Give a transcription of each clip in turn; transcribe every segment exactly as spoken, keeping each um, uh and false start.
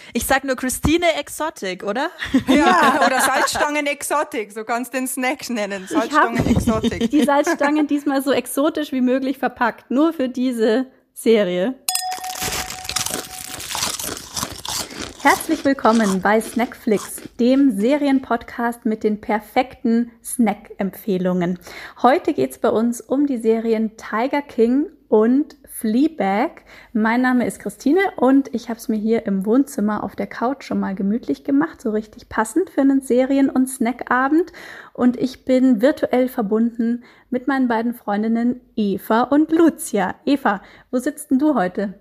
Ich sag nur Christine Exotic, oder? Ja, oder Salzstangen Exotic, so kannst du den Snack nennen. Salzstangen Exotic. Die Salzstangen diesmal so exotisch wie möglich verpackt, nur für diese Serie. Herzlich willkommen bei Snackflix, dem Serienpodcast mit den perfekten Snack-Empfehlungen. Heute geht's bei uns um die Serien Tiger King und Fleabag. Mein Name ist Christine und ich habe es mir hier im Wohnzimmer auf der Couch schon mal gemütlich gemacht, so richtig passend für einen Serien- und Snackabend. Und ich bin virtuell verbunden mit meinen beiden Freundinnen Eva und Lucia. Eva, wo sitzt denn du heute?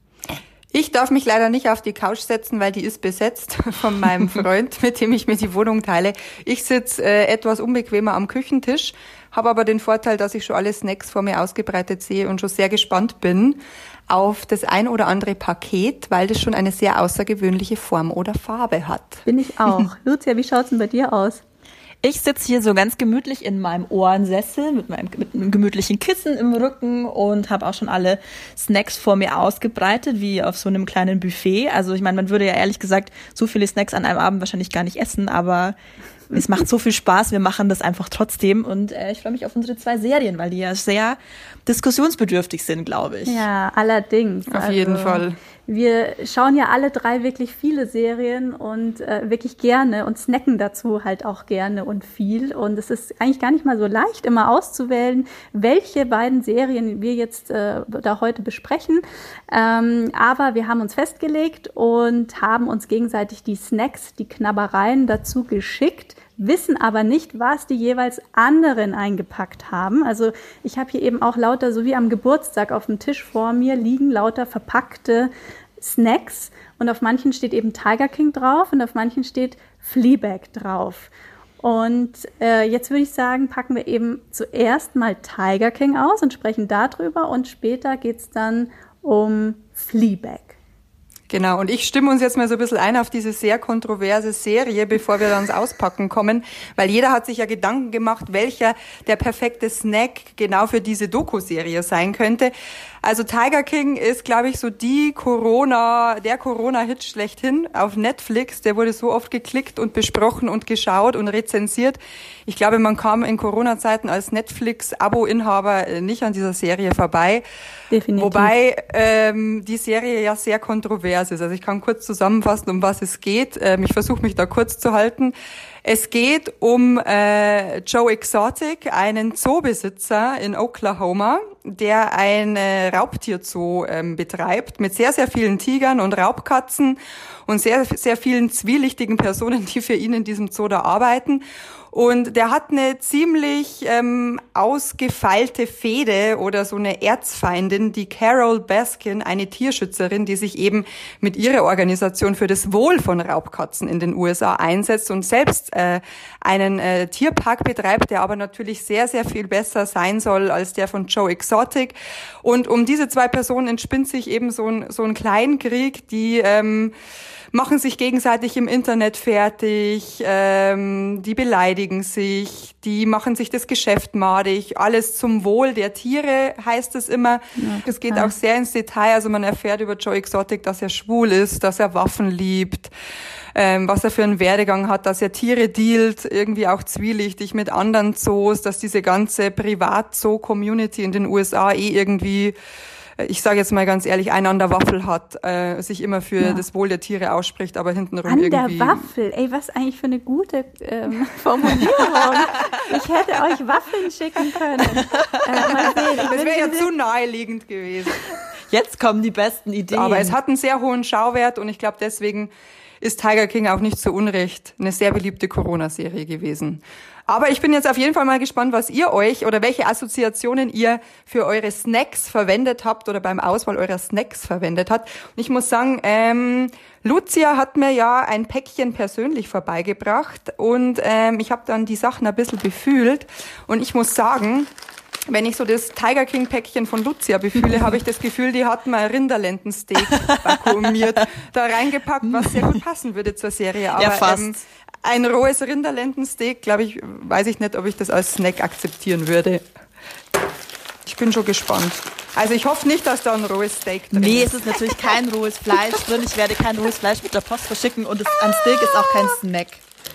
Ich darf mich leider nicht auf die Couch setzen, weil die ist besetzt von meinem Freund, mit dem ich mir die Wohnung teile. Ich sitze äh, etwas unbequemer am Küchentisch, habe aber den Vorteil, dass ich schon alle Snacks vor mir ausgebreitet sehe und schon sehr gespannt bin auf das ein oder andere Paket, weil das schon eine sehr außergewöhnliche Form oder Farbe hat. Bin ich auch. Lucia, wie schaut's denn bei dir aus? Ich sitze hier so ganz gemütlich in meinem Ohrensessel mit meinem mit einem gemütlichen Kissen im Rücken und habe auch schon alle Snacks vor mir ausgebreitet, wie auf so einem kleinen Buffet. Also ich meine, man würde ja ehrlich gesagt so viele Snacks an einem Abend wahrscheinlich gar nicht essen, aber es macht so viel Spaß, wir machen das einfach trotzdem und äh, ich freue mich auf unsere zwei Serien, weil die ja sehr diskussionsbedürftig sind, glaube ich. Ja, allerdings. Auf also, jeden Fall. Wir schauen ja alle drei wirklich viele Serien und äh, wirklich gerne und snacken dazu halt auch gerne und viel. Und es ist eigentlich gar nicht mal so leicht, immer auszuwählen, welche beiden Serien wir jetzt äh, da heute besprechen. Ähm, aber wir haben uns festgelegt und haben uns gegenseitig die Snacks, die Knabbereien dazu geschickt, wissen aber nicht, was die jeweils anderen eingepackt haben. Also ich habe hier eben auch lauter, so wie am Geburtstag auf dem Tisch vor mir, liegen lauter verpackte Snacks. Und auf manchen steht eben Tiger King drauf und auf manchen steht Fleabag drauf. Und äh, jetzt würde ich sagen, packen wir eben zuerst mal Tiger King aus und sprechen darüber. Und später geht's dann um Fleabag. Genau, und ich stimme uns jetzt mal so ein bisschen ein auf diese sehr kontroverse Serie, bevor wir dann ins Auspacken kommen, weil jeder hat sich ja Gedanken gemacht, welcher der perfekte Snack genau für diese Doku-Serie sein könnte. Also Tiger King ist, glaube ich, so die Corona, der Corona-Hit schlechthin auf Netflix. Der wurde so oft geklickt und besprochen und geschaut und rezensiert. Ich glaube, man kam in Corona-Zeiten als Netflix-Abo-Inhaber nicht an dieser Serie vorbei. Definitiv. Wobei ähm, die Serie ja sehr kontrovers ist. Also ich kann kurz zusammenfassen, um was es geht. Ähm, ich versuche mich da kurz zu halten. Es geht um äh, Joe Exotic, einen Zoobesitzer in Oklahoma, der ein äh, Raubtierzoo ähm, betreibt mit sehr, sehr vielen Tigern und Raubkatzen und sehr, sehr vielen zwielichtigen Personen, die für ihn in diesem Zoo da arbeiten. Und der hat eine ziemlich ähm, ausgefeilte Fehde oder so eine Erzfeindin, die Carol Baskin, eine Tierschützerin, die sich eben mit ihrer Organisation für das Wohl von Raubkatzen in den U S A einsetzt und selbst äh, einen äh, Tierpark betreibt, der aber natürlich sehr, sehr viel besser sein soll als der von Joe Exotic. Und um diese zwei Personen entspinnt sich eben so ein, so ein Kleinkrieg, die ähm, machen sich gegenseitig im Internet fertig, ähm, die beleidigen sich, die machen sich das Geschäft madig, alles zum Wohl der Tiere, heißt es immer. Ja, es geht auch sehr ins Detail, also man erfährt über Joe Exotic, dass er schwul ist, dass er Waffen liebt, ähm, was er für einen Werdegang hat, dass er Tiere dealt, irgendwie auch zwielichtig mit anderen Zoos, dass diese ganze Privat-Zoo-Community in den U S A eh irgendwie, ich sage jetzt mal ganz ehrlich, einen an der Waffel hat, äh, sich immer für ja. das Wohl der Tiere ausspricht, aber hintenrum an irgendwie... An der Waffel? Ey, was eigentlich für eine gute ähm, Formulierung. Ich hätte euch Waffeln schicken können. Äh, mal sehen. Das wäre ja zu naheliegend gewesen. Jetzt kommen die besten Ideen. Aber es hat einen sehr hohen Schauwert und ich glaube, deswegen ist Tiger King auch nicht zu Unrecht eine sehr beliebte Corona-Serie gewesen. Aber ich bin jetzt auf jeden Fall mal gespannt, was ihr euch oder welche Assoziationen ihr für eure Snacks verwendet habt oder beim Auswahl eurer Snacks verwendet habt. Und ich muss sagen, ähm, Lucia hat mir ja ein Päckchen persönlich vorbeigebracht und ähm, ich habe dann die Sachen ein bisschen befühlt und ich muss sagen, wenn ich so das Tiger King Päckchen von Lucia befühle, habe ich das Gefühl, die hat mal Rinderlendensteak vakuumiert da reingepackt, was sehr gut passen würde zur Serie. Aber ja, fast. Ähm, ein rohes Rinderlendensteak, glaube ich, weiß ich nicht, ob ich das als Snack akzeptieren würde. Ich bin schon gespannt. Also ich hoffe nicht, dass da ein rohes Steak drin Nee, ist. es ist natürlich kein rohes Fleisch drin. Ich werde kein rohes Fleisch mit der Post verschicken und es, ein Steak ist auch kein Snack.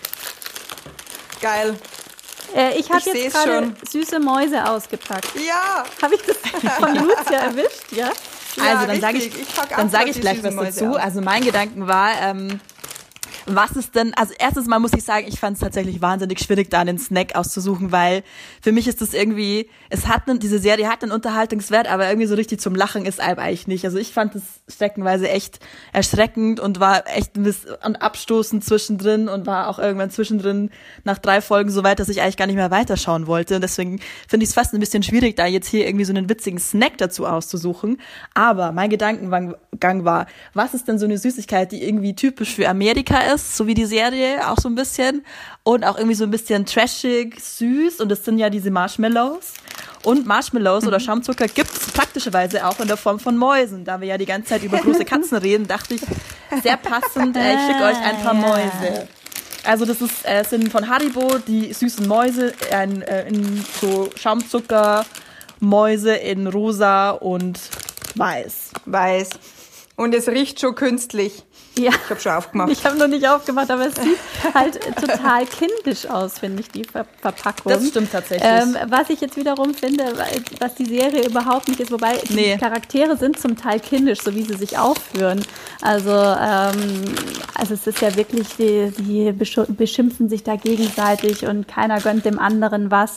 Geil. Äh, ich habe Ich jetzt seh's gerade schon. süße Mäuse ausgepackt. Ja. Habe ich das von Lucia erwischt, ja? Ja, Also dann sage ich, richtig. Ich pack dann auch sage grad ich die gleich süßen was Mäuse dazu. aus. Also mein Gedanken war, ähm, was ist denn, also erstens mal muss ich sagen, ich fand es tatsächlich wahnsinnig schwierig, da einen Snack auszusuchen, weil für mich ist das irgendwie, es hat einen, diese Serie hat einen Unterhaltungswert, aber irgendwie so richtig zum Lachen ist einem eigentlich nicht. Also ich fand es streckenweise echt erschreckend und war echt ein bisschen abstoßend zwischendrin und war auch irgendwann zwischendrin nach drei Folgen so weit, dass ich eigentlich gar nicht mehr weiterschauen wollte. Und deswegen finde ich es fast ein bisschen schwierig, da jetzt hier irgendwie so einen witzigen Snack dazu auszusuchen. Aber mein Gedankengang war, was ist denn so eine Süßigkeit, die irgendwie typisch für Amerika ist? So wie die Serie auch so ein bisschen und auch irgendwie so ein bisschen trashig, süß und das sind ja diese Marshmallows und Marshmallows mhm. oder Schaumzucker gibt's praktischerweise auch in der Form von Mäusen. Da wir ja die ganze Zeit über große Katzen reden, dachte ich, sehr passend, äh, ich schicke euch ein paar Mäuse. Also das ist, äh, sind von Haribo die süßen Mäuse ein, äh, in so Schaumzucker, Mäuse in rosa und weiß. Weiß. Und es riecht schon künstlich. Ja. Ich habe schon aufgemacht. Ich habe noch nicht aufgemacht, aber es sieht halt total kindisch aus, finde ich, die Ver- Verpackung. Das stimmt tatsächlich. Ähm, was ich jetzt wiederum finde, was die Serie überhaupt nicht ist, wobei die Nee. Charaktere sind zum Teil kindisch, so wie sie sich aufführen. Also, ähm, also es ist ja wirklich, die, die beschu- beschimpfen sich da gegenseitig und keiner gönnt dem anderen was.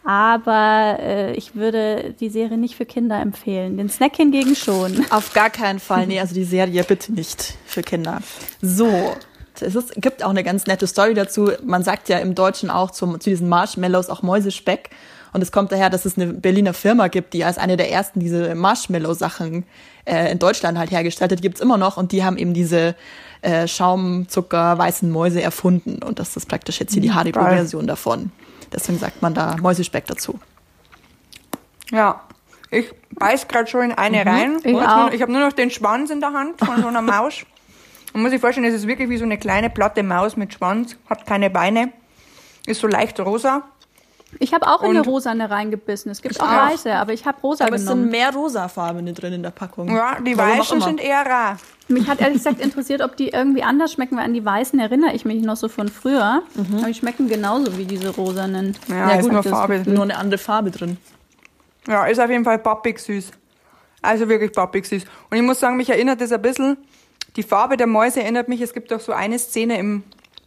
Aber äh, ich würde die Serie nicht für Kinder empfehlen. Den Snack hingegen schon. Auf gar keinen Fall. Nee, also die Serie bitte nicht für Kinder. So, es ist, gibt auch eine ganz nette Story dazu. Man sagt ja im Deutschen auch zum, zu diesen Marshmallows auch Mäusespeck. Und es kommt daher, dass es eine Berliner Firma gibt, die als eine der ersten diese Marshmallow-Sachen äh, in Deutschland halt hergestellt hat. Die gibt's immer noch und die haben eben diese äh, Schaumzucker weißen Mäuse erfunden. Und das ist praktisch jetzt hier die Haribo-Version davon. Deswegen sagt man da Mäusespeck dazu. Ja, ich beiß gerade schon in eine Mhm, rein. ich Ich, auch. ich habe nur noch den Schwanz in der Hand von so einer Maus. Man muss sich vorstellen, es ist wirklich wie so eine kleine platte Maus mit Schwanz, hat keine Beine, ist so leicht rosa. Ich habe auch in eine Und- rosane reingebissen. Es gibt Ich auch auch. weiße, aber ich habe rosa Aber es sind genommen. mehr rosafarbene drin in der Packung. Ja, die Warum auch weißen immer. sind eher rar. Mich hat ehrlich gesagt interessiert, ob die irgendwie anders schmecken, weil an die weißen erinnere ich mich noch so von früher. Aber die schmecken genauso wie diese rosanen. Ja, ist gut, nur das- Farbe. Nur eine andere Farbe drin. Ja, ist auf jeden Fall pappig süß. Also wirklich pappig süß. Und ich muss sagen, mich erinnert das ein bisschen, die Farbe der Mäuse erinnert mich, es gibt doch so eine Szene im,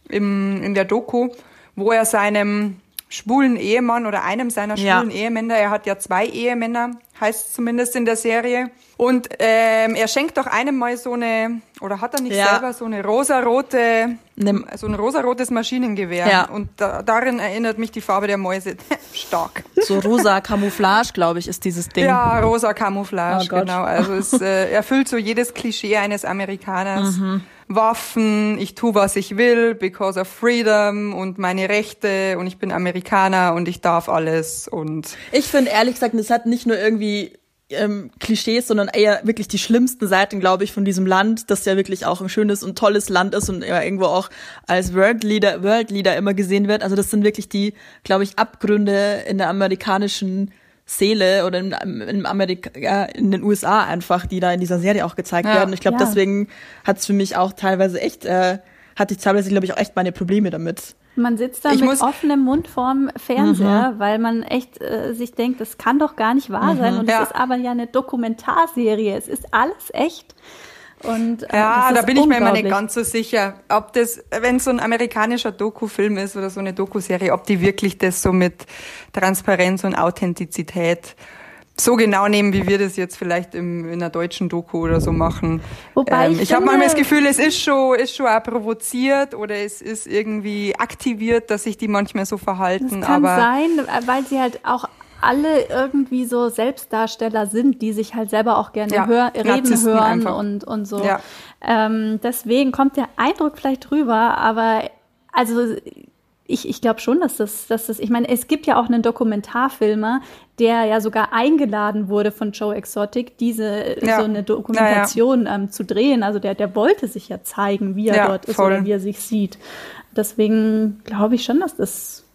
im, in der Doku, wo er seinem schwulen Ehemann oder einem seiner Ja. schwulen Ehemänner, er hat ja zwei Ehemänner, heißt es zumindest in der Serie, und ähm, er schenkt doch einem mal so eine, oder hat er nicht Ja. selber so eine rosarote, Ne- so ein rosarotes Maschinengewehr. Ja. Und da, darin erinnert mich die Farbe der Mäuse stark. So rosa Camouflage, glaube ich, ist dieses Ding. Ja, rosa Camouflage, Oh Gott. genau. Also es äh, erfüllt so jedes Klischee eines Amerikaners. Mhm. Waffen, ich tu, was ich will, because of freedom und meine Rechte und ich bin Amerikaner und ich darf alles und Ich finde ehrlich gesagt, das hat nicht nur irgendwie ähm, Klischees, sondern eher wirklich die schlimmsten Seiten, glaube ich, von diesem Land, das ja wirklich auch ein schönes und tolles Land ist und ja irgendwo auch als World Leader, World Leader immer gesehen wird. Also das sind wirklich die, glaube ich, Abgründe in der amerikanischen Seele oder in, in Amerika, ja, in den U S A einfach, die da in dieser Serie auch gezeigt Ja. werden. Ich glaube, Ja. deswegen hat es für mich auch teilweise echt, äh, hatte ich teilweise, glaube ich, auch echt meine Probleme damit. Man sitzt da Ich mit muss- offenem Mund vorm Fernseher, weil man echt äh, sich denkt, das kann doch gar nicht wahr sein. Und es Ja. ist aber ja eine Dokumentarserie. Es ist alles echt. Und, äh, ja, das da ist bin ich mir immer nicht unglaublich. ganz so sicher, ob das, wenn so ein amerikanischer Dokufilm ist oder so eine Dokuserie, ob die wirklich das so mit Transparenz und Authentizität so genau nehmen, wie wir das jetzt vielleicht im, in einer deutschen Doku oder so machen. Wobei ich ich habe finde- manchmal das Gefühl, es ist schon, ist schon auch provoziert oder es ist irgendwie aktiviert, dass sich die manchmal so verhalten. Das kann aber sein, weil sie halt auch alle irgendwie so Selbstdarsteller sind, die sich halt selber auch gerne Ja, hör, reden Narzissten hören einfach. und, und so. Ja. Ähm, deswegen kommt der Eindruck vielleicht rüber, aber also ich, ich glaube schon, dass das, dass das, ich meine, es gibt ja auch einen Dokumentarfilmer, der ja sogar eingeladen wurde von Joe Exotic, diese Ja. so eine Dokumentation ähm, zu drehen. Also der, der wollte sich ja zeigen, wie er Ja, dort ist voll. oder wie er sich sieht. Deswegen glaube ich schon, dass das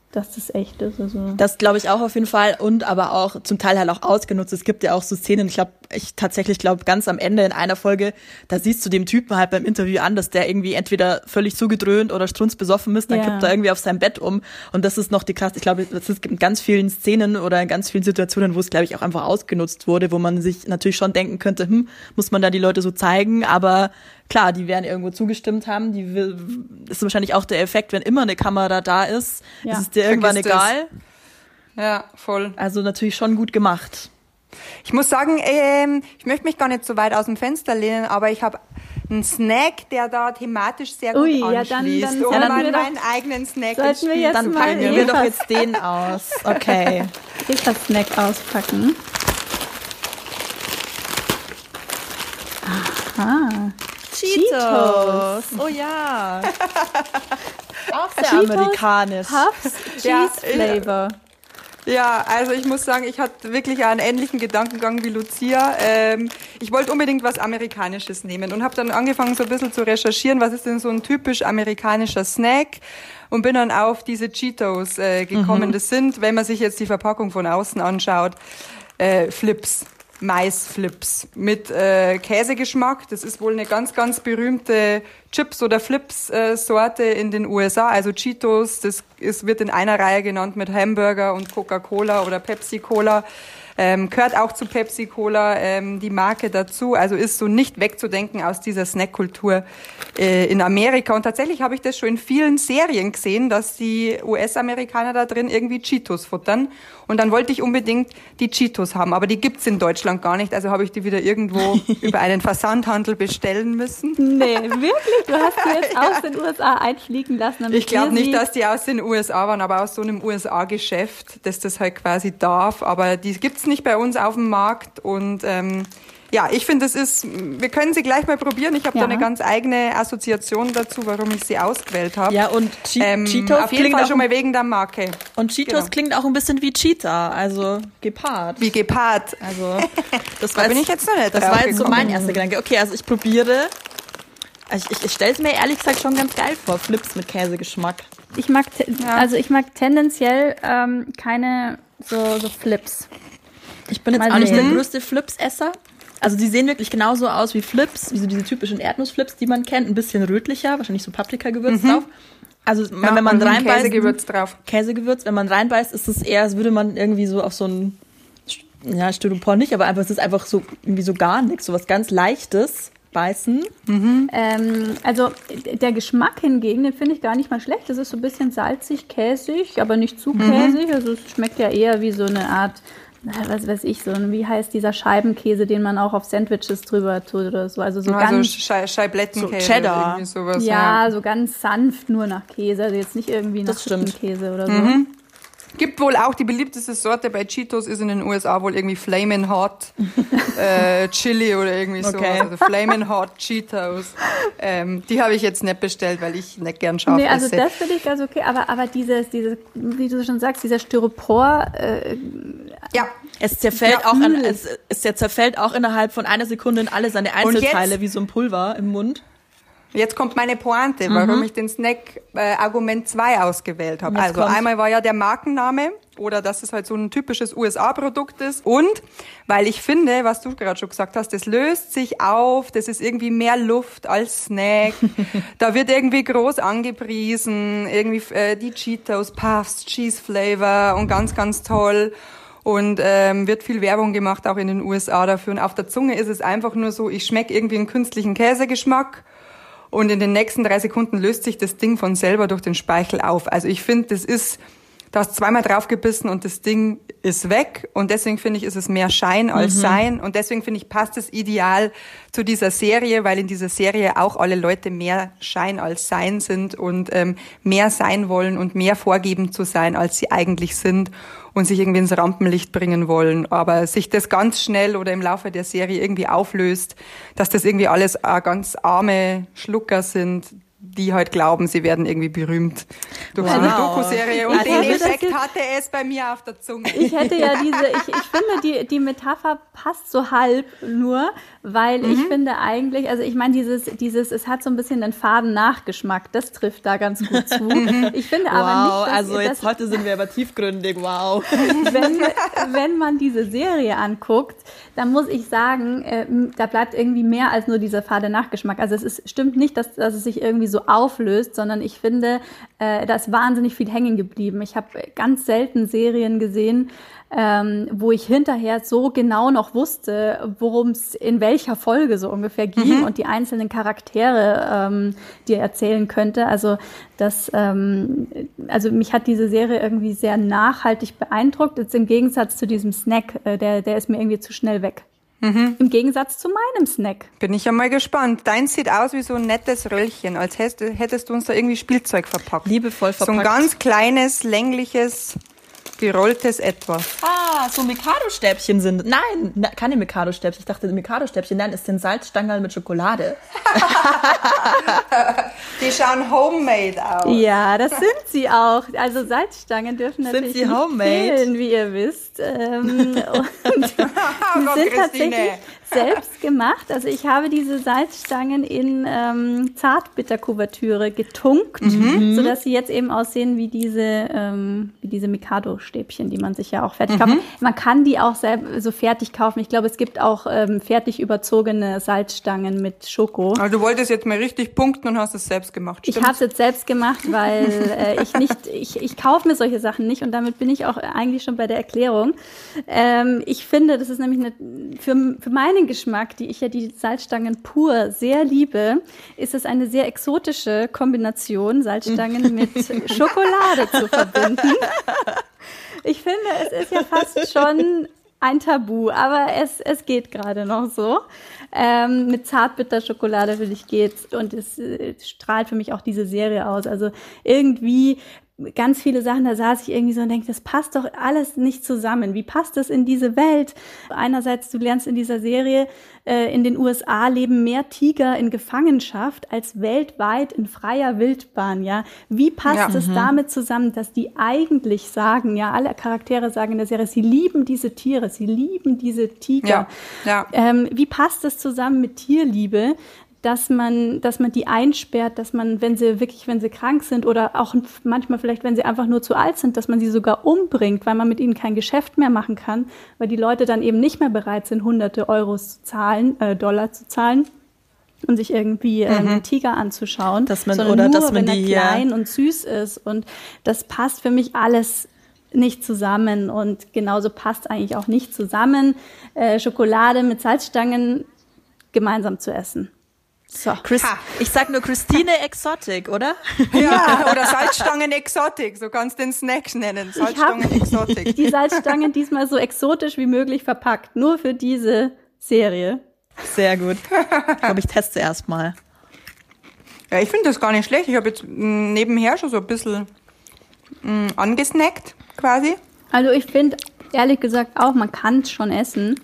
dass das echt ist. Also. Das glaube ich auch auf jeden Fall und aber auch zum Teil halt auch ausgenutzt. Es gibt ja auch so Szenen, ich glaube, ich tatsächlich glaube, ganz am Ende in einer Folge, da siehst du dem Typen halt beim Interview an, dass der irgendwie entweder völlig zugedröhnt oder strunzbesoffen ist, dann ja. kippt er irgendwie auf sein Bett um und das ist noch die krass. Ich glaube, das ist in ganz vielen Szenen oder in ganz vielen Situationen, wo es, glaube ich, auch einfach ausgenutzt wurde, wo man sich natürlich schon denken könnte, hm, muss man da die Leute so zeigen, aber klar, die werden irgendwo zugestimmt haben. Die will, ist wahrscheinlich auch der Effekt, wenn immer eine Kamera da ist, ja. ist es dir irgendwann Vergiss egal. Das. Ja, voll. Also natürlich schon gut gemacht. Ich muss sagen, ähm, ich möchte mich gar nicht so weit aus dem Fenster lehnen, aber ich habe einen Snack, der da thematisch sehr gut Ui, anschließt. Ja, dann, dann, um dann meinen, doch, meinen eigenen Snack sollten wir jetzt Dann packen wir doch jetzt den aus. Okay. Evas Snack auspacken. Aha. Cheetos. Oh ja. Auch sehr Cheetos, amerikanisch. Puffs, Cheese ja, Flavor. Ja, also ich muss sagen, ich hatte wirklich einen ähnlichen Gedankengang wie Lucia. Ähm, ich wollte unbedingt was Amerikanisches nehmen und habe dann angefangen so ein bisschen zu recherchieren, was ist denn so ein typisch amerikanischer Snack und bin dann auf diese Cheetos äh, gekommen. Mhm. Das sind, wenn man sich jetzt die Verpackung von außen anschaut, äh, Flips. Maisflips mit äh, Käsegeschmack. Das ist wohl eine ganz, ganz berühmte Chips- oder Flips-Sorte äh, in den U S A. Also Cheetos, das ist, wird in einer Reihe genannt mit Hamburger und Coca-Cola oder Pepsi-Cola. Ähm, gehört auch zu Pepsi-Cola ähm, die Marke dazu. Also ist so nicht wegzudenken aus dieser Snackkultur äh, in Amerika. Und tatsächlich habe ich das schon in vielen Serien gesehen, dass die U S-Amerikaner da drin irgendwie Cheetos futtern. Und dann wollte ich unbedingt die Cheetos haben. Aber die gibt's in Deutschland gar nicht. Also habe ich die wieder irgendwo über einen Versandhandel bestellen müssen. Nee, wirklich? Du hast die jetzt ja. aus den U S A einfliegen lassen? Ich glaube nicht, dass die aus den U S A waren, aber aus so einem U S A-Geschäft, dass das halt quasi darf. Aber die gibt's nicht bei uns auf dem Markt. Und ähm, ja, ich finde, es ist, wir können sie gleich mal probieren. Ich habe ja. da eine ganz eigene Assoziation dazu, warum ich sie ausgewählt habe. Ja, und che- ähm, Cheetos auf jeden Fall schon mal wegen der Marke. Und Cheetos genau. klingt auch ein bisschen wie Cheetah, also Gepard. Wie Gepard. Also das da war bin jetzt, ich jetzt noch nicht Das war jetzt so mein erster Gedanke. Okay, also ich probiere. Ich, ich, ich stelle es mir ehrlich gesagt schon ganz geil vor, Flips mit Käsegeschmack. Ich mag, te- ja. also ich mag tendenziell ähm, keine so, so Flips. Ich bin jetzt Mal auch nicht der größte Flips-Esser. Also die sehen wirklich genauso aus wie Flips, wie so diese typischen Erdnussflips, die man kennt. Ein bisschen rötlicher, wahrscheinlich so Paprikagewürz mhm. drauf. Also ja, wenn man reinbeißt... Käsegewürz drauf. Käsegewürz, wenn man reinbeißt, ist es eher, als würde man irgendwie so auf so ein... Ja, Styropor nicht, aber einfach, es ist einfach so irgendwie so gar nichts, so was ganz Leichtes beißen. Mhm. Ähm, also der Geschmack hingegen, den finde ich gar nicht mal schlecht. Das ist so ein bisschen salzig, käsig, aber nicht zu mhm. käsig. Also es schmeckt ja eher wie so eine Art... was weiß ich, so, wie heißt dieser Scheibenkäse, den man auch auf Sandwiches drüber tut oder so, also so also ganz... Schei- Scheiblettenkäse. So Cheddar. Sowas, ja, ja, so ganz sanft nur nach Käse, also jetzt nicht irgendwie nach Käse oder so. Mhm. Gibt wohl auch die beliebteste Sorte bei Cheetos ist in den U S A wohl irgendwie Flamin' Hot äh, Chili oder irgendwie so. Okay. Also Flamin' Hot Cheetos. Ähm, die habe ich jetzt nicht bestellt, weil ich nicht gern scharf nee, also esse. das finde ich ganz okay, aber, aber dieses, dieses, wie du schon sagst, dieser Styropor... Äh, ja. Es zerfällt, ja, auch an, es, es zerfällt auch innerhalb von einer Sekunde in alle seine Einzelteile, jetzt, wie so ein Pulver im Mund. Jetzt kommt meine Pointe, warum mhm. ich den Snack äh, Argument zwei ausgewählt habe. Also kommt's. Einmal war ja der Markenname oder dass es halt so ein typisches U S A-Produkt ist. Und weil ich finde, was du gerade schon gesagt hast, das löst sich auf, das ist irgendwie mehr Luft als Snack. Da wird irgendwie groß angepriesen, irgendwie äh, die Cheetos, Puffs, Cheese Flavor und ganz, ganz toll. Und ähm, wird viel Werbung gemacht, auch in den U S A dafür. Und auf der Zunge ist es einfach nur so, ich schmecke irgendwie einen künstlichen Käsegeschmack. Und in den nächsten drei Sekunden löst sich das Ding von selber durch den Speichel auf. Also ich finde, das ist, du hast zweimal draufgebissen und das Ding ist weg. Und deswegen finde ich, ist es mehr Schein als mhm. Sein. Und deswegen finde ich, passt es ideal zu dieser Serie, weil in dieser Serie auch alle Leute mehr Schein als Sein sind und ähm, mehr sein wollen und mehr vorgeben zu sein, als sie eigentlich sind. Und sich irgendwie ins Rampenlicht bringen wollen, aber sich das ganz schnell oder im Laufe der Serie irgendwie auflöst, dass das irgendwie alles ganz arme Schlucker sind, die halt glauben, sie werden irgendwie berühmt durch Wow. so eine Doku-Serie. Und Ich den hätte das Effekt jetzt- hatte es bei mir auf der Zunge. Ich hätte ja diese, ich, ich finde, die, die Metapher passt so halb nur, weil ich finde eigentlich, also ich meine, dieses, dieses, es hat so ein bisschen einen faden Nachgeschmack, das trifft da ganz gut zu. Ich finde aber Wow, nicht, dass, also jetzt dass heute sind wir aber tiefgründig, wow. wenn, wenn man diese Serie anguckt, dann muss ich sagen, äh, da bleibt irgendwie mehr als nur dieser fade Nachgeschmack. Also es ist, stimmt nicht, dass, dass es sich irgendwie so auflöst, sondern ich finde, äh, da ist wahnsinnig viel hängen geblieben. Ich habe ganz selten Serien gesehen, ähm, wo ich hinterher so genau noch wusste, worum es in welcher Folge so ungefähr ging mhm. und die einzelnen Charaktere, ähm, die er erzählen könnte. Also das, ähm, also mich hat diese Serie irgendwie sehr nachhaltig beeindruckt. Jetzt im Gegensatz zu diesem Snack, äh, der, der ist mir irgendwie zu schnell weg. Mhm. Im Gegensatz zu meinem Snack. Bin ich ja mal gespannt. Deins sieht aus wie so ein nettes Röllchen, als hättest, hättest du uns da irgendwie Spielzeug verpackt. Liebevoll verpackt. So ein ganz kleines, längliches, gerolltes Etwas. Ah, so Mikado-Stäbchen sind. Nein, na, keine Mikado-Stäbchen. Ich dachte, Mikado-Stäbchen, nein, ist den Salzstangerl mit Schokolade. Die schauen homemade aus. Ja, das sind sie auch. Also Salzstangen dürfen natürlich sind sie nicht homemade? fehlen, wie ihr wisst. Ähm, und sie sind tatsächlich selbst gemacht. Also ich habe diese Salzstangen in ähm, Zartbitterkuvertüre getunkt, mhm. sodass sie jetzt eben aussehen wie diese, ähm, wie diese Mikado-Stäbchen, die man sich ja auch fertig mhm. kauft. Man kann die auch selber so fertig kaufen. Ich glaube, es gibt auch ähm, fertig überzogene Salzstangen mit Schoko. Also du wolltest jetzt mal richtig punkten und hast es selbst gemacht, stimmt's? Ich habe es jetzt selbst gemacht, weil äh, ich nicht, ich, ich kaufe mir solche Sachen nicht und damit bin ich auch eigentlich schon bei der Erklärung. Ähm, ich finde, das ist nämlich eine, für, für meinen Geschmack, die ich ja die Salzstangen pur sehr liebe, ist es eine sehr exotische Kombination, Salzstangen mit Schokolade zu verbinden. Ich finde, es ist ja fast schon ein Tabu, aber es, es geht gerade noch so. Ähm, mit Zartbitterschokolade, finde ich, geht's. Und es äh, strahlt für mich auch diese Serie aus. Also irgendwie ganz viele Sachen, da saß ich irgendwie so und denke, das passt doch alles nicht zusammen. Wie passt das in diese Welt? Einerseits, du lernst in dieser Serie, äh, in den U S A leben mehr Tiger in Gefangenschaft als weltweit in freier Wildbahn, ja. Wie passt es ja, damit zusammen, dass die eigentlich sagen, ja, alle Charaktere sagen in der Serie, sie lieben diese Tiere, sie lieben diese Tiger. Ja, ja. Ähm, wie passt das zusammen mit Tierliebe? dass man, dass man die einsperrt, dass man, wenn sie wirklich, wenn sie krank sind oder auch manchmal vielleicht, wenn sie einfach nur zu alt sind, dass man sie sogar umbringt, weil man mit ihnen kein Geschäft mehr machen kann, weil die Leute dann eben nicht mehr bereit sind, hunderte Euros zu zahlen, äh, Dollar zu zahlen und sich irgendwie äh, mhm. einen Tiger anzuschauen, dass man, sondern oder nur, dass man wenn die, er klein ja. und süß ist. Und das passt für mich alles nicht zusammen und genauso passt eigentlich auch nicht zusammen, äh, Schokolade mit Salzstangen gemeinsam zu essen. So, Chris, ich sag nur Christine Exotic, oder? Ja, oder Salzstangen Exotic, so kannst du den Snack nennen. Salzstangen Exotic. Die Salzstangen diesmal so exotisch wie möglich verpackt, nur für diese Serie. Sehr gut. Ich glaube, ich teste erst mal. Ja, ich finde das gar nicht schlecht. Ich habe jetzt mh, nebenher schon so ein bisschen mh, angesnackt, quasi. Also ich finde, ehrlich gesagt auch, man kann es schon essen.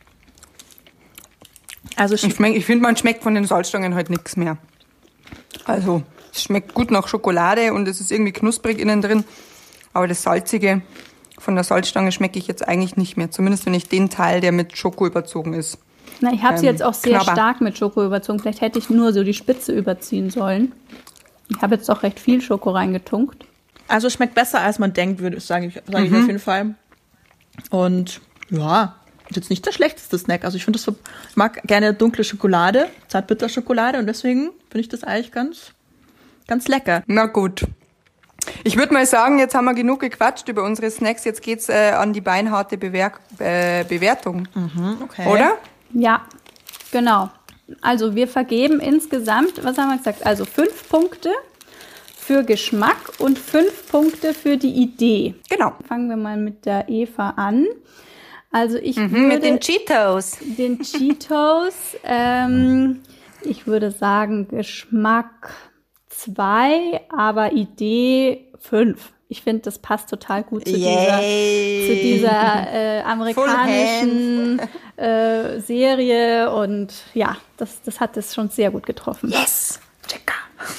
Also ich, ich finde, man schmeckt von den Salzstangen halt nichts mehr. Also es schmeckt gut nach Schokolade und es ist irgendwie knusprig innen drin. Aber das Salzige von der Salzstange schmecke ich jetzt eigentlich nicht mehr. Zumindest wenn ich den Teil, der mit Schoko überzogen ist. Na, ich habe ähm, sie jetzt auch sehr knabber. stark mit Schoko überzogen. Vielleicht hätte ich nur so die Spitze überziehen sollen. Ich habe jetzt auch recht viel Schoko reingetunkt. Also schmeckt besser, als man denkt, würde ich sagen, sage ich Mhm. auf jeden Fall. Und ja, ist jetzt nicht der schlechteste Snack. Also ich finde das so, ich mag gerne dunkle Schokolade, Zartbitterschokolade und deswegen finde ich das eigentlich ganz, ganz lecker. Na gut. Ich würde mal sagen, jetzt haben wir genug gequatscht über unsere Snacks. Jetzt geht's äh, an die beinharte Bewer- äh, Bewertung. Mhm, okay. Oder? Ja, genau. Also wir vergeben insgesamt, was haben wir gesagt? Also fünf Punkte für Geschmack und fünf Punkte für die Idee. Genau. Fangen wir mal mit der Eva an. Also ich Mhm, würde mit den Cheetos. den Cheetos, ähm, ich würde sagen Geschmack zwei, aber Idee fünf. Ich finde, das passt total gut zu dieser, zu dieser äh, amerikanischen äh, Serie und ja, das, das hat es schon sehr gut getroffen. Yes! Checker. Hm,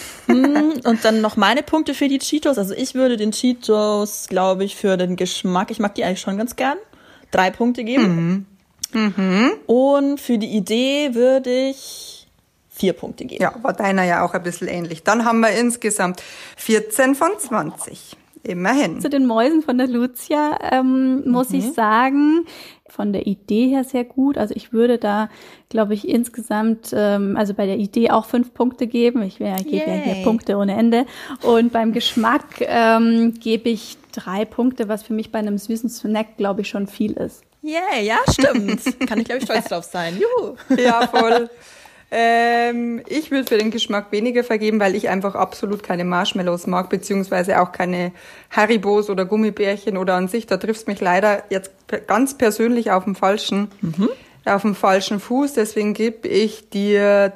Und dann noch meine Punkte für die Cheetos. Also ich würde den Cheetos, glaube ich, für den Geschmack, ich mag die eigentlich schon ganz gern, drei Punkte geben. Mhm. Mhm. Und für die Idee würde ich vier Punkte geben. Ja, war deiner ja auch ein bisschen ähnlich. Dann haben wir insgesamt vierzehn von zwanzig. Immerhin. Zu den Mäusen von der Lucia ähm, muss mhm. ich sagen, von der Idee her sehr gut. Also ich würde da, glaube ich, insgesamt, ähm, also bei der Idee auch fünf Punkte geben. Ich wär, gebe ja hier Punkte ohne Ende. Und beim Geschmack ähm, gebe ich drei Punkte, was für mich bei einem süßen Snack, glaube ich, schon viel ist. Yeah, ja, stimmt. Kann ich, glaube ich, stolz drauf sein. Juhu. Ja, voll. Ähm, ich würde für den Geschmack weniger vergeben, weil ich einfach absolut keine Marshmallows mag, beziehungsweise auch keine Haribos oder Gummibärchen oder an sich. Da triffst mich leider jetzt ganz persönlich auf dem falschen, mhm. auf dem falschen Fuß. Deswegen gebe ich dir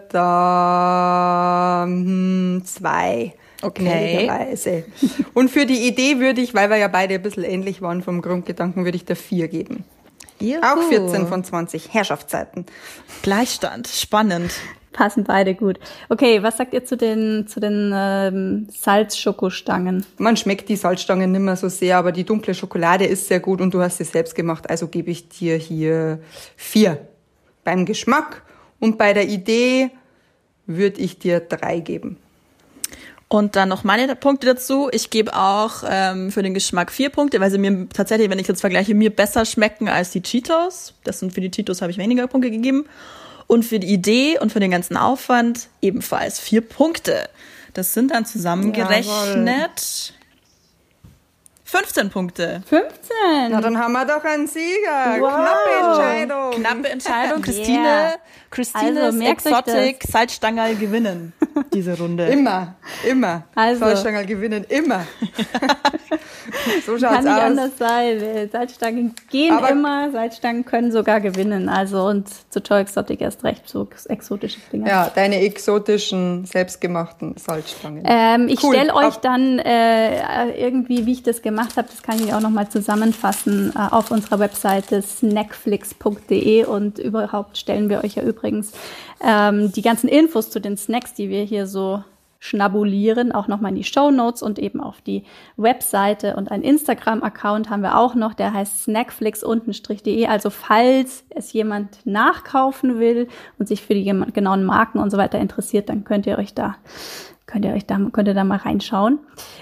da hm, zwei. Okay. Und für die Idee würde ich, weil wir ja beide ein bisschen ähnlich waren vom Grundgedanken, würde ich da vier geben. Juhu. Auch vierzehn von zwanzig. Herrschaftszeiten. Gleichstand. Spannend. Passen beide gut. Okay, was sagt ihr zu den, zu den ähm, Salzschokostangen? Man schmeckt die Salzstangen nicht mehr so sehr, aber die dunkle Schokolade ist sehr gut und du hast sie selbst gemacht. Also gebe ich dir hier vier. Beim Geschmack und bei der Idee würde ich dir drei geben. Und dann noch meine Punkte dazu. Ich gebe auch ähm, für den Geschmack vier Punkte, weil sie mir tatsächlich, wenn ich jetzt vergleiche, mir besser schmecken als die Cheetos. Das sind für die Cheetos habe ich weniger Punkte gegeben. Und für die Idee und für den ganzen Aufwand ebenfalls vier Punkte. Das sind dann zusammengerechnet fünfzehn Punkte. fünfzehn? Na, dann haben wir doch einen Sieger. Wow. Knappe Entscheidung. Knappe Entscheidung. Christine, yeah. Christine also, Exotic Salzstangerl gewinnen diese Runde. Immer, immer. Also. Salzstangerl gewinnen, immer. So schaut's Kann nicht aus. anders sein. Salzstangen gehen aber immer, Salzstangen können sogar gewinnen. Also und zu Joy Exotic erst recht, so exotische Dinge. Ja, deine exotischen, selbstgemachten Salzstangen. Ähm, ich cool. stelle euch dann äh, irgendwie, wie ich das gemacht habe, das kann ich auch nochmal zusammenfassen, äh, auf unserer Webseite snackflix punkt de und überhaupt stellen wir euch ja übrigens ähm, die ganzen Infos zu den Snacks, die wir hier so schnabulieren, auch nochmal in die Shownotes und eben auf die Webseite und einen Instagram-Account haben wir auch noch, der heißt snackflix-de. Also falls es jemand nachkaufen will und sich für die genauen Marken und so weiter interessiert, dann könnt ihr euch da, könnt ihr euch da, könnt ihr da mal reinschauen.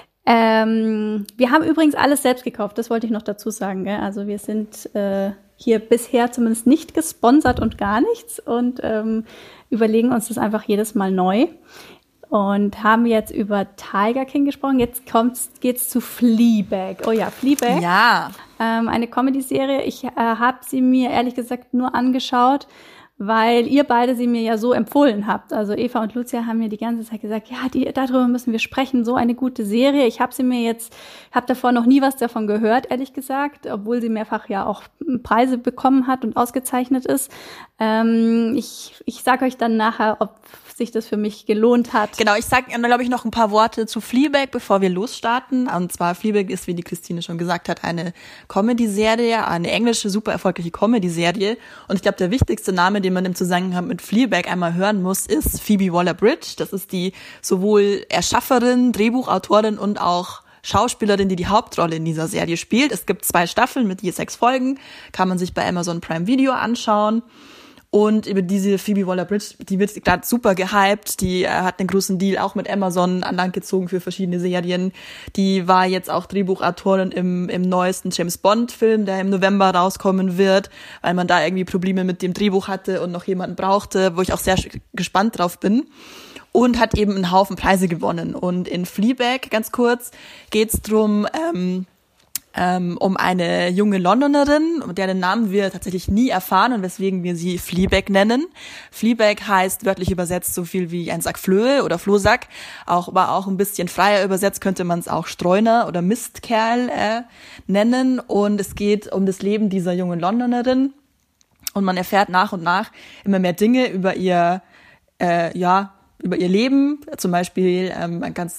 Ähm, wir haben übrigens alles selbst gekauft, das wollte ich noch dazu sagen, gell? Also wir sind äh, hier bisher zumindest nicht gesponsert und gar nichts und ähm, überlegen uns das einfach jedes Mal neu. Und haben jetzt über Tiger King gesprochen. Jetzt kommt's, geht's zu Fleabag. Oh ja, Fleabag. Ja. Ähm, eine Comedy-Serie. Ich äh, habe sie mir ehrlich gesagt nur angeschaut, weil ihr beide sie mir ja so empfohlen habt. Also Eva und Lucia haben mir die ganze Zeit gesagt, ja, die, darüber müssen wir sprechen. So eine gute Serie. Ich habe sie mir jetzt, habe davor noch nie was davon gehört, ehrlich gesagt, obwohl sie mehrfach ja auch Preise bekommen hat und ausgezeichnet ist. Ähm, ich ich sage euch dann nachher, ob sich das für mich gelohnt hat. Genau, ich sage, glaube ich, noch ein paar Worte zu Fleabag, bevor wir losstarten. Und zwar, Fleabag ist, wie die Christine schon gesagt hat, eine Comedy-Serie, eine englische, super erfolgreiche Comedy-Serie. Und ich glaube, der wichtigste Name, den man im Zusammenhang mit Fleabag einmal hören muss, ist Phoebe Waller-Bridge. Das ist die sowohl Erschafferin, Drehbuchautorin und auch Schauspielerin, die die Hauptrolle in dieser Serie spielt. Es gibt zwei Staffeln mit je sechs Folgen, kann man sich bei Amazon Prime Video anschauen. Und über diese Phoebe Waller-Bridge, die wird gerade super gehypt, die äh, hat einen großen Deal auch mit Amazon an Land gezogen für verschiedene Serien. Die war jetzt auch Drehbuchautorin im, im neuesten James-Bond-Film, der im November rauskommen wird, weil man da irgendwie Probleme mit dem Drehbuch hatte und noch jemanden brauchte, wo ich auch sehr gespannt drauf bin. Und hat eben einen Haufen Preise gewonnen. Und in Fleabag, ganz kurz, geht's drum, ähm, Ähm, um eine junge Londonerin, deren Namen wir tatsächlich nie erfahren und weswegen wir sie Fleabag nennen. Fleabag heißt wörtlich übersetzt so viel wie ein Sack Flöhe oder Flohsack, auch, aber auch ein bisschen freier übersetzt könnte man es auch Streuner oder Mistkerl äh, nennen. Und es geht um das Leben dieser jungen Londonerin und man erfährt nach und nach immer mehr Dinge über ihr, äh, ja, über ihr Leben. Zum Beispiel ähm, ein ganz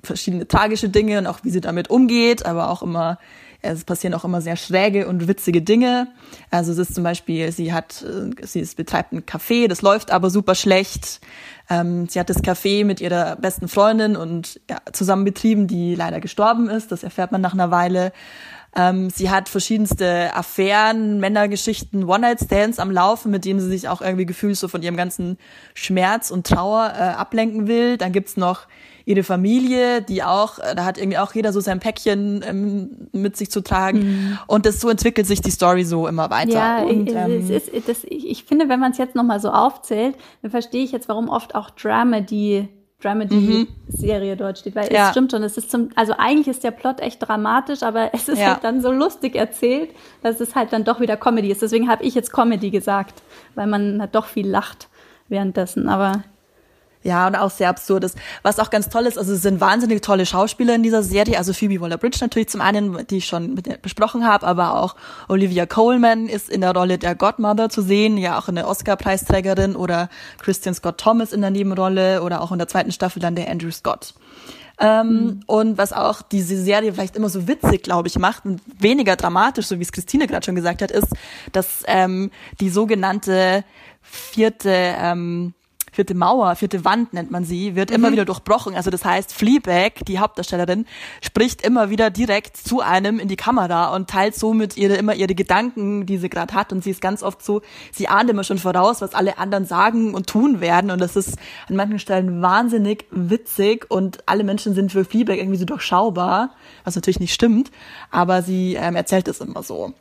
verschiedene tragische Dinge und auch wie sie damit umgeht, aber auch immer, es passieren auch immer sehr schräge und witzige Dinge. Also es ist zum Beispiel, sie hat, sie ist, betreibt ein Café, das läuft aber super schlecht. Ähm, sie hat das Café mit ihrer besten Freundin und ja, zusammen betrieben, die leider gestorben ist. Das erfährt man nach einer Weile. Ähm, sie hat verschiedenste Affären, Männergeschichten, One-Night-Stands am Laufen, mit denen sie sich auch irgendwie gefühlt so von ihrem ganzen Schmerz und Trauer äh, ablenken will. Dann gibt's noch ihre Familie, die auch, da hat irgendwie auch jeder so sein Päckchen ähm, mit sich zu tragen. Mhm. Und das so entwickelt sich die Story so immer weiter. Ja, und, ähm, es ist, das, ich, ich finde, wenn man es jetzt nochmal so aufzählt, dann verstehe ich jetzt, warum oft auch Dramedy Dramedy-Serie mhm. dort steht, weil ja. es stimmt schon, es ist zum, also eigentlich ist der Plot echt dramatisch, aber es ist ja. halt dann so lustig erzählt, dass es halt dann doch wieder Comedy ist. Deswegen habe ich jetzt Comedy gesagt, weil man halt doch viel lacht währenddessen, aber ja, und auch sehr absurd ist. Was auch ganz toll ist, also es sind wahnsinnig tolle Schauspieler in dieser Serie, also Phoebe Waller-Bridge natürlich zum einen, die ich schon mit, besprochen habe, aber auch Olivia Colman ist in der Rolle der Godmother zu sehen, ja auch eine Oscar-Preisträgerin, oder Christian Scott Thomas in der Nebenrolle oder auch in der zweiten Staffel dann der Andrew Scott. Ähm, mhm. Und was auch diese Serie vielleicht immer so witzig, glaube ich, macht und weniger dramatisch, so wie es Christine gerade schon gesagt hat, ist, dass ähm, die sogenannte vierte ähm, vierte Mauer, vierte Wand nennt man sie, wird mhm. immer wieder durchbrochen. Also das heißt, Fleabag, die Hauptdarstellerin, spricht immer wieder direkt zu einem in die Kamera und teilt somit ihre immer ihre Gedanken, die sie gerade hat. Und sie ist ganz oft so, sie ahnt immer schon voraus, was alle anderen sagen und tun werden. Und das ist an manchen Stellen wahnsinnig witzig und alle Menschen sind für Fleabag irgendwie so durchschaubar, was natürlich nicht stimmt, aber sie ähm, erzählt es immer so.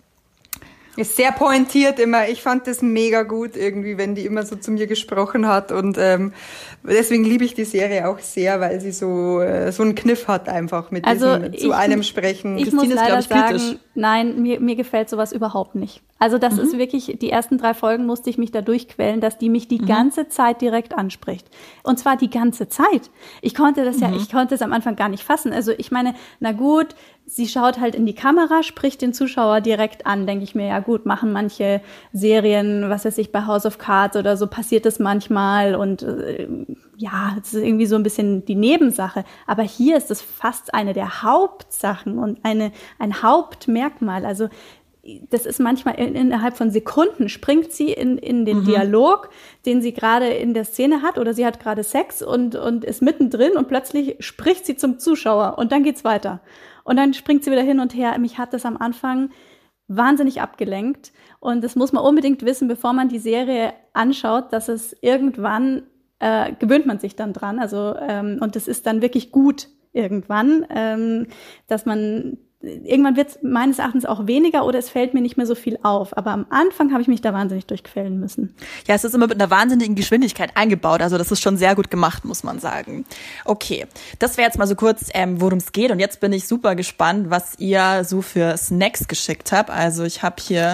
Ist sehr pointiert immer. Ich fand das mega gut irgendwie, wenn die immer so zu mir gesprochen hat, und ähm, deswegen liebe ich die Serie auch sehr, weil sie so äh, so einen Kniff hat einfach mit also diesem ich, zu einem Sprechen. Ich Christine muss leider ist, glaube ich, sagen, nein, mir mir gefällt sowas überhaupt nicht. Also das mhm. ist wirklich, die ersten drei Folgen musste ich mich da durchquälen, dass die mich die mhm. ganze Zeit direkt anspricht. Und zwar die ganze Zeit. Ich konnte das mhm. ja, ich konnte es am Anfang gar nicht fassen. Also ich meine, na gut, sie schaut halt in die Kamera, spricht den Zuschauer direkt an, denke ich mir, ja gut, machen manche Serien, was weiß ich, bei House of Cards oder so, passiert das manchmal und äh, ja, es ist irgendwie so ein bisschen die Nebensache. Aber hier ist es fast eine der Hauptsachen und eine ein Hauptmerkmal. Also das ist manchmal in, innerhalb von Sekunden springt sie in, in den mhm. Dialog, den sie gerade in der Szene hat, oder sie hat gerade Sex und, und ist mittendrin und plötzlich spricht sie zum Zuschauer und dann geht's weiter. Und dann springt sie wieder hin und her. Mich hat das am Anfang wahnsinnig abgelenkt. Und das muss man unbedingt wissen, bevor man die Serie anschaut, dass es irgendwann, äh, gewöhnt man sich dann dran. Also, ähm, und das ist dann wirklich gut irgendwann, ähm, dass man, irgendwann wird es meines Erachtens auch weniger oder es fällt mir nicht mehr so viel auf. Aber am Anfang habe ich mich da wahnsinnig durchquälen müssen. Ja, es ist immer mit einer wahnsinnigen Geschwindigkeit eingebaut. Also das ist schon sehr gut gemacht, muss man sagen. Okay, das wäre jetzt mal so kurz, ähm, worum es geht. Und jetzt bin ich super gespannt, was ihr so für Snacks geschickt habt. Also ich habe hier,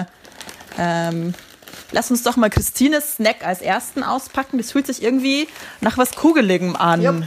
ähm, lass uns doch mal Christines Snack als ersten auspacken. Das fühlt sich irgendwie nach was Kugeligem an. Jupp.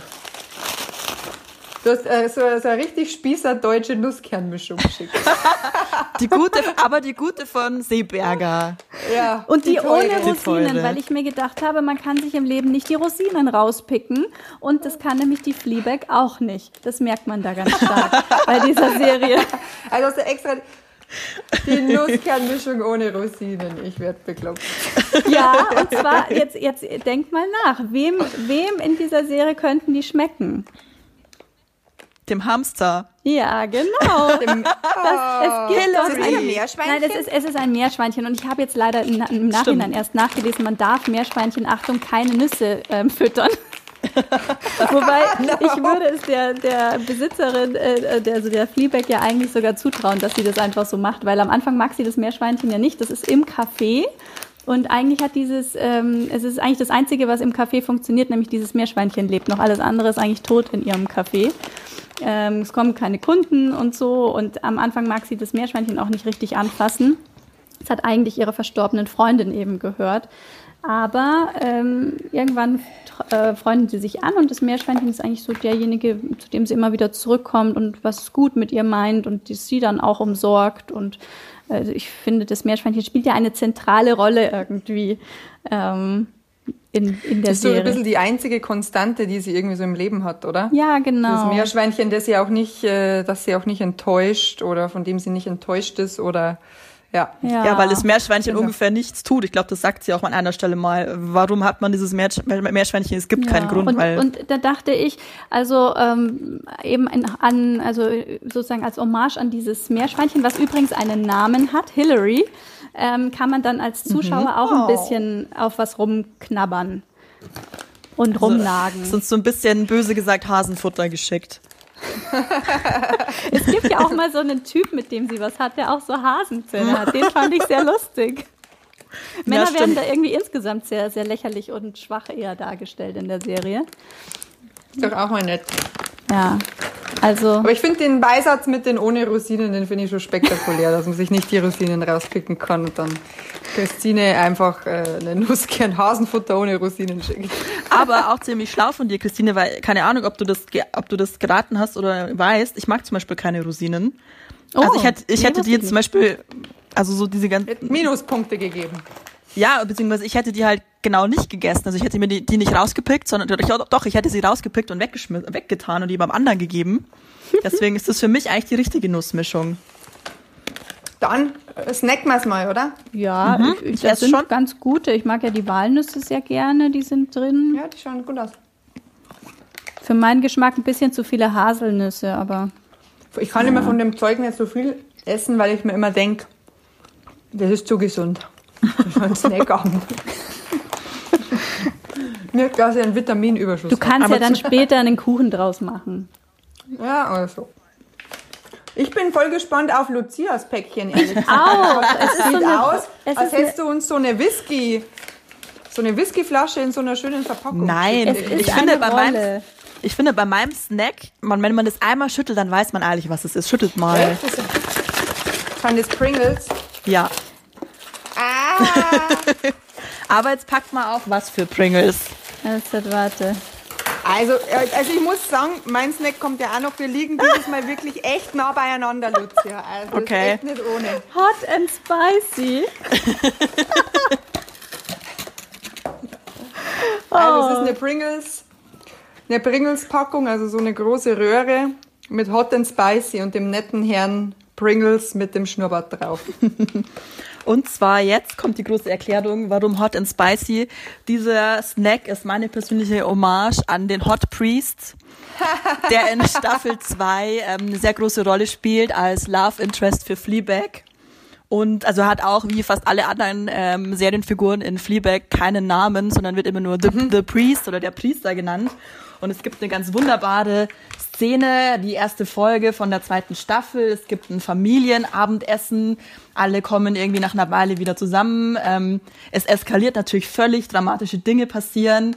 Du hast äh, so, so eine richtig spießer-deutsche Nusskernmischung geschickt. Die gute, aber die gute von Seeberger. Ja. Und die, die ohne Rosinen, weil ich mir gedacht habe, man kann sich im Leben nicht die Rosinen rauspicken. Und das kann nämlich die Fleabag auch nicht. Das merkt man da ganz stark bei dieser Serie. Also hast du extra die Nusskernmischung ohne Rosinen. Ich werde bekloppt. Ja, und zwar, jetzt, jetzt denkt mal nach. Wem, wem in dieser Serie könnten die schmecken? Dem Hamster. Ja, genau. Dem, das, es gibt oh, ist es ein Meerschweinchen? Nein, es ist, es ist ein Meerschweinchen. Und ich habe jetzt leider im, im Nachhinein Stimmt. erst nachgelesen, man darf Meerschweinchen, Achtung, keine Nüsse ähm, füttern. Wobei, no. ich würde es der, der Besitzerin, äh, der, also der Fleabag ja eigentlich sogar zutrauen, dass sie das einfach so macht. Weil am Anfang mag sie das Meerschweinchen ja nicht. Das ist im Café. Und eigentlich hat dieses, ähm, es ist eigentlich das Einzige, was im Café funktioniert, nämlich dieses Meerschweinchen lebt noch. Alles andere ist eigentlich tot in ihrem Café. Ähm, es kommen keine Kunden und so. Und am Anfang mag sie das Meerschweinchen auch nicht richtig anfassen. Es hat eigentlich ihrer verstorbenen Freundin eben gehört. Aber ähm, irgendwann äh, freunden sie sich an und das Meerschweinchen ist eigentlich so derjenige, zu dem sie immer wieder zurückkommt und was gut mit ihr meint und die sie dann auch umsorgt. Und äh, ich finde, das Meerschweinchen spielt ja eine zentrale Rolle irgendwie. Ähm, in, in der das ist so Serie. ein bisschen die einzige Konstante, die sie irgendwie so im Leben hat, oder? Ja, genau. Das Meerschweinchen, das sie auch nicht, äh, dass sie auch nicht enttäuscht oder von dem sie nicht enttäuscht ist oder ja. Ja, ja weil das Meerschweinchen genau. ungefähr nichts tut. Ich glaube, das sagt sie auch an einer Stelle mal. Warum hat man dieses Meersch- Meerschweinchen? Es gibt ja. keinen Grund. Und, weil und da dachte ich, also ähm, eben an, also sozusagen als Hommage an dieses Meerschweinchen, was übrigens einen Namen hat, Hillary, ähm, kann man dann als Zuschauer mhm. auch ein bisschen auf was rumknabbern und also, rumnagen. Sonst so ein bisschen böse gesagt Hasenfutter geschickt. Es gibt ja auch mal so einen Typ, mit dem sie was hat, der auch so Hasenzähne hat. Den fand ich sehr lustig. Männer ja, werden da irgendwie insgesamt sehr, sehr lächerlich und schwach eher dargestellt in der Serie. Ist doch auch mal nett. Ja, also... Aber ich finde den Beisatz mit den ohne Rosinen, den finde ich schon spektakulär, dass man sich nicht die Rosinen rauspicken kann und dann Christine einfach äh, eine Nussgern Hasenfutter ohne Rosinen schickt. Aber auch ziemlich schlau von dir, Christine, weil keine Ahnung, ob du das, ob du das geraten hast oder weißt, ich mag zum Beispiel keine Rosinen. Oh, also ich hätte, ich hätte dir zum Beispiel, also so diese ganzen... Minuspunkte gegeben. Ja, beziehungsweise ich hätte die halt genau nicht gegessen. Also ich hätte mir die, die nicht rausgepickt, sondern doch, ich hätte sie rausgepickt und weggeschmissen, weggetan und die beim anderen gegeben. Deswegen ist das für mich eigentlich die richtige Nussmischung. Dann snacken wir es mal, oder? Ja, mhm, ich, ich das sind schon ganz gute. Ich mag ja die Walnüsse sehr gerne, die sind drin. Ja, die schauen gut aus. Für meinen Geschmack ein bisschen zu viele Haselnüsse, aber... Ich kann ja. immer von dem Zeug nicht so viel essen, weil ich mir immer denke, das ist zu gesund. Das ist ein Snackabend. Mir quasi einen Vitaminüberschuss. Du kannst haben. ja dann später einen Kuchen draus machen. Ja, also. Ich bin voll gespannt auf Lucias Päckchen, ehrlich gesagt. Auch. Es, es sieht so eine, aus, es als hättest du uns so eine Whisky, so eine Whiskyflasche in so einer schönen Verpackung. Nein, es ist ich finde bei meinem, ich finde bei meinem Snack, man, wenn man das einmal schüttelt, dann weiß man eigentlich, was es ist. Schüttelt mal. Kann das Pringles? Ja. Ah. Aber jetzt packt mal auf, was für Pringles. Also, warte. Also, also ich muss sagen, mein Snack kommt ja auch noch. Wir liegen dieses Mal wirklich echt nah beieinander, Lucia. Also okay. Ist echt nicht ohne. Hot and spicy. Also es ist eine Pringles, eine Pringles-Packung, also so eine große Röhre mit Hot and Spicy und dem netten Herrn Pringles mit dem Schnurrbart drauf. Und zwar jetzt kommt die große Erklärung, warum Hot and Spicy. Dieser Snack ist meine persönliche Hommage an den Hot Priest, der in Staffel zwei ähm, eine sehr große Rolle spielt als Love Interest für Fleabag. Und also hat auch, wie fast alle anderen ähm, Serienfiguren in Fleabag, keinen Namen, sondern wird immer nur The, mhm. The Priest oder der Priester genannt. Und es gibt eine ganz wunderbare Szene, die erste Folge von der zweiten Staffel. Es gibt ein Familienabendessen. Alle kommen irgendwie nach einer Weile wieder zusammen. Ähm, es eskaliert natürlich völlig, dramatische Dinge passieren.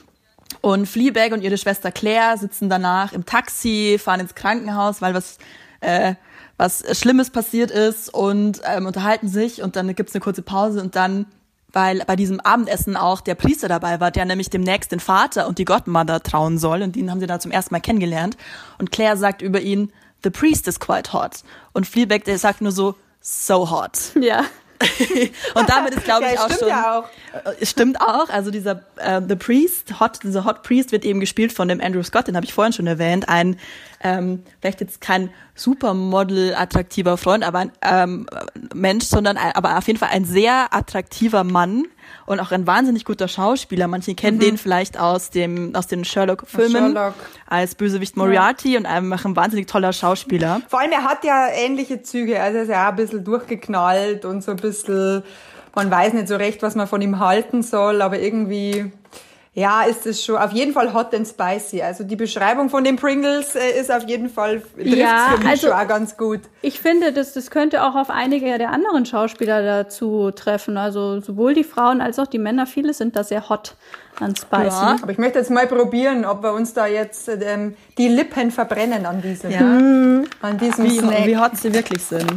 Und Fleabag und ihre Schwester Claire sitzen danach im Taxi, fahren ins Krankenhaus, weil was äh, was Schlimmes passiert ist und ähm, unterhalten sich. Und dann gibt's eine kurze Pause und dann, weil bei diesem Abendessen auch der Priester dabei war, der nämlich demnächst den Vater und die Godmother trauen soll. Und den haben sie da zum ersten Mal kennengelernt. Und Claire sagt über ihn, the priest is quite hot. Und Fleabag, der sagt nur so, so hot. Ja. Und damit ist, glaube ich, ja, auch schon... Ja auch. Äh, stimmt auch. Also dieser äh, The Priest, Hot, dieser Hot Priest wird eben gespielt von dem Andrew Scott, den habe ich vorhin schon erwähnt. Ein, ähm, vielleicht jetzt kein Supermodel-attraktiver Freund, aber ein ähm, Mensch, sondern ein, aber auf jeden Fall ein sehr attraktiver Mann und auch ein wahnsinnig guter Schauspieler. Manche kennen mhm. den vielleicht aus dem aus den Sherlock-Filmen Sherlock. als Bösewicht Moriarty ja. und einfach ein wahnsinnig toller Schauspieler. Vor allem, er hat ja ähnliche Züge. Also er ist ja auch ein bisschen durchgeknallt und so ein bisschen, man weiß nicht so recht, was man von ihm halten soll, aber irgendwie... Ja, ist es schon auf jeden Fall hot and spicy. Also die Beschreibung von den Pringles äh, ist auf jeden Fall, trifft ja, für mich also schon auch ganz gut. Ich finde, das, das könnte auch auf einige der anderen Schauspieler dazu treffen. Also sowohl die Frauen als auch die Männer, viele sind da sehr hot and spicy. Ja, aber ich möchte jetzt mal probieren, ob wir uns da jetzt ähm, die Lippen verbrennen an diesem, ja. an diesem wie, Snack. Wie hot sie wirklich sind.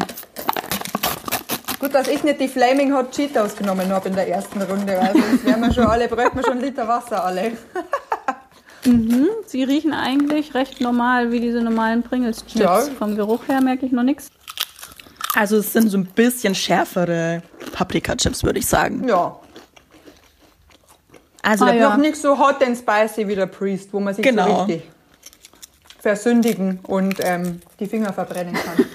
Gut, dass ich nicht die Flaming Hot Cheetos genommen habe in der ersten Runde. Also das wären wir schon alle, bräuchten wir schon einen Liter Wasser alle. Mhm, sie riechen eigentlich recht normal, wie diese normalen Pringles-Chips. Ja. Vom Geruch her merke ich noch nichts. Also es sind so ein bisschen schärfere Paprika-Chips, würde ich sagen. Ja. Also ah, der ja. noch nicht so hot and spicy wie der Priest, wo man sich genau. so richtig versündigen und ähm, die Finger verbrennen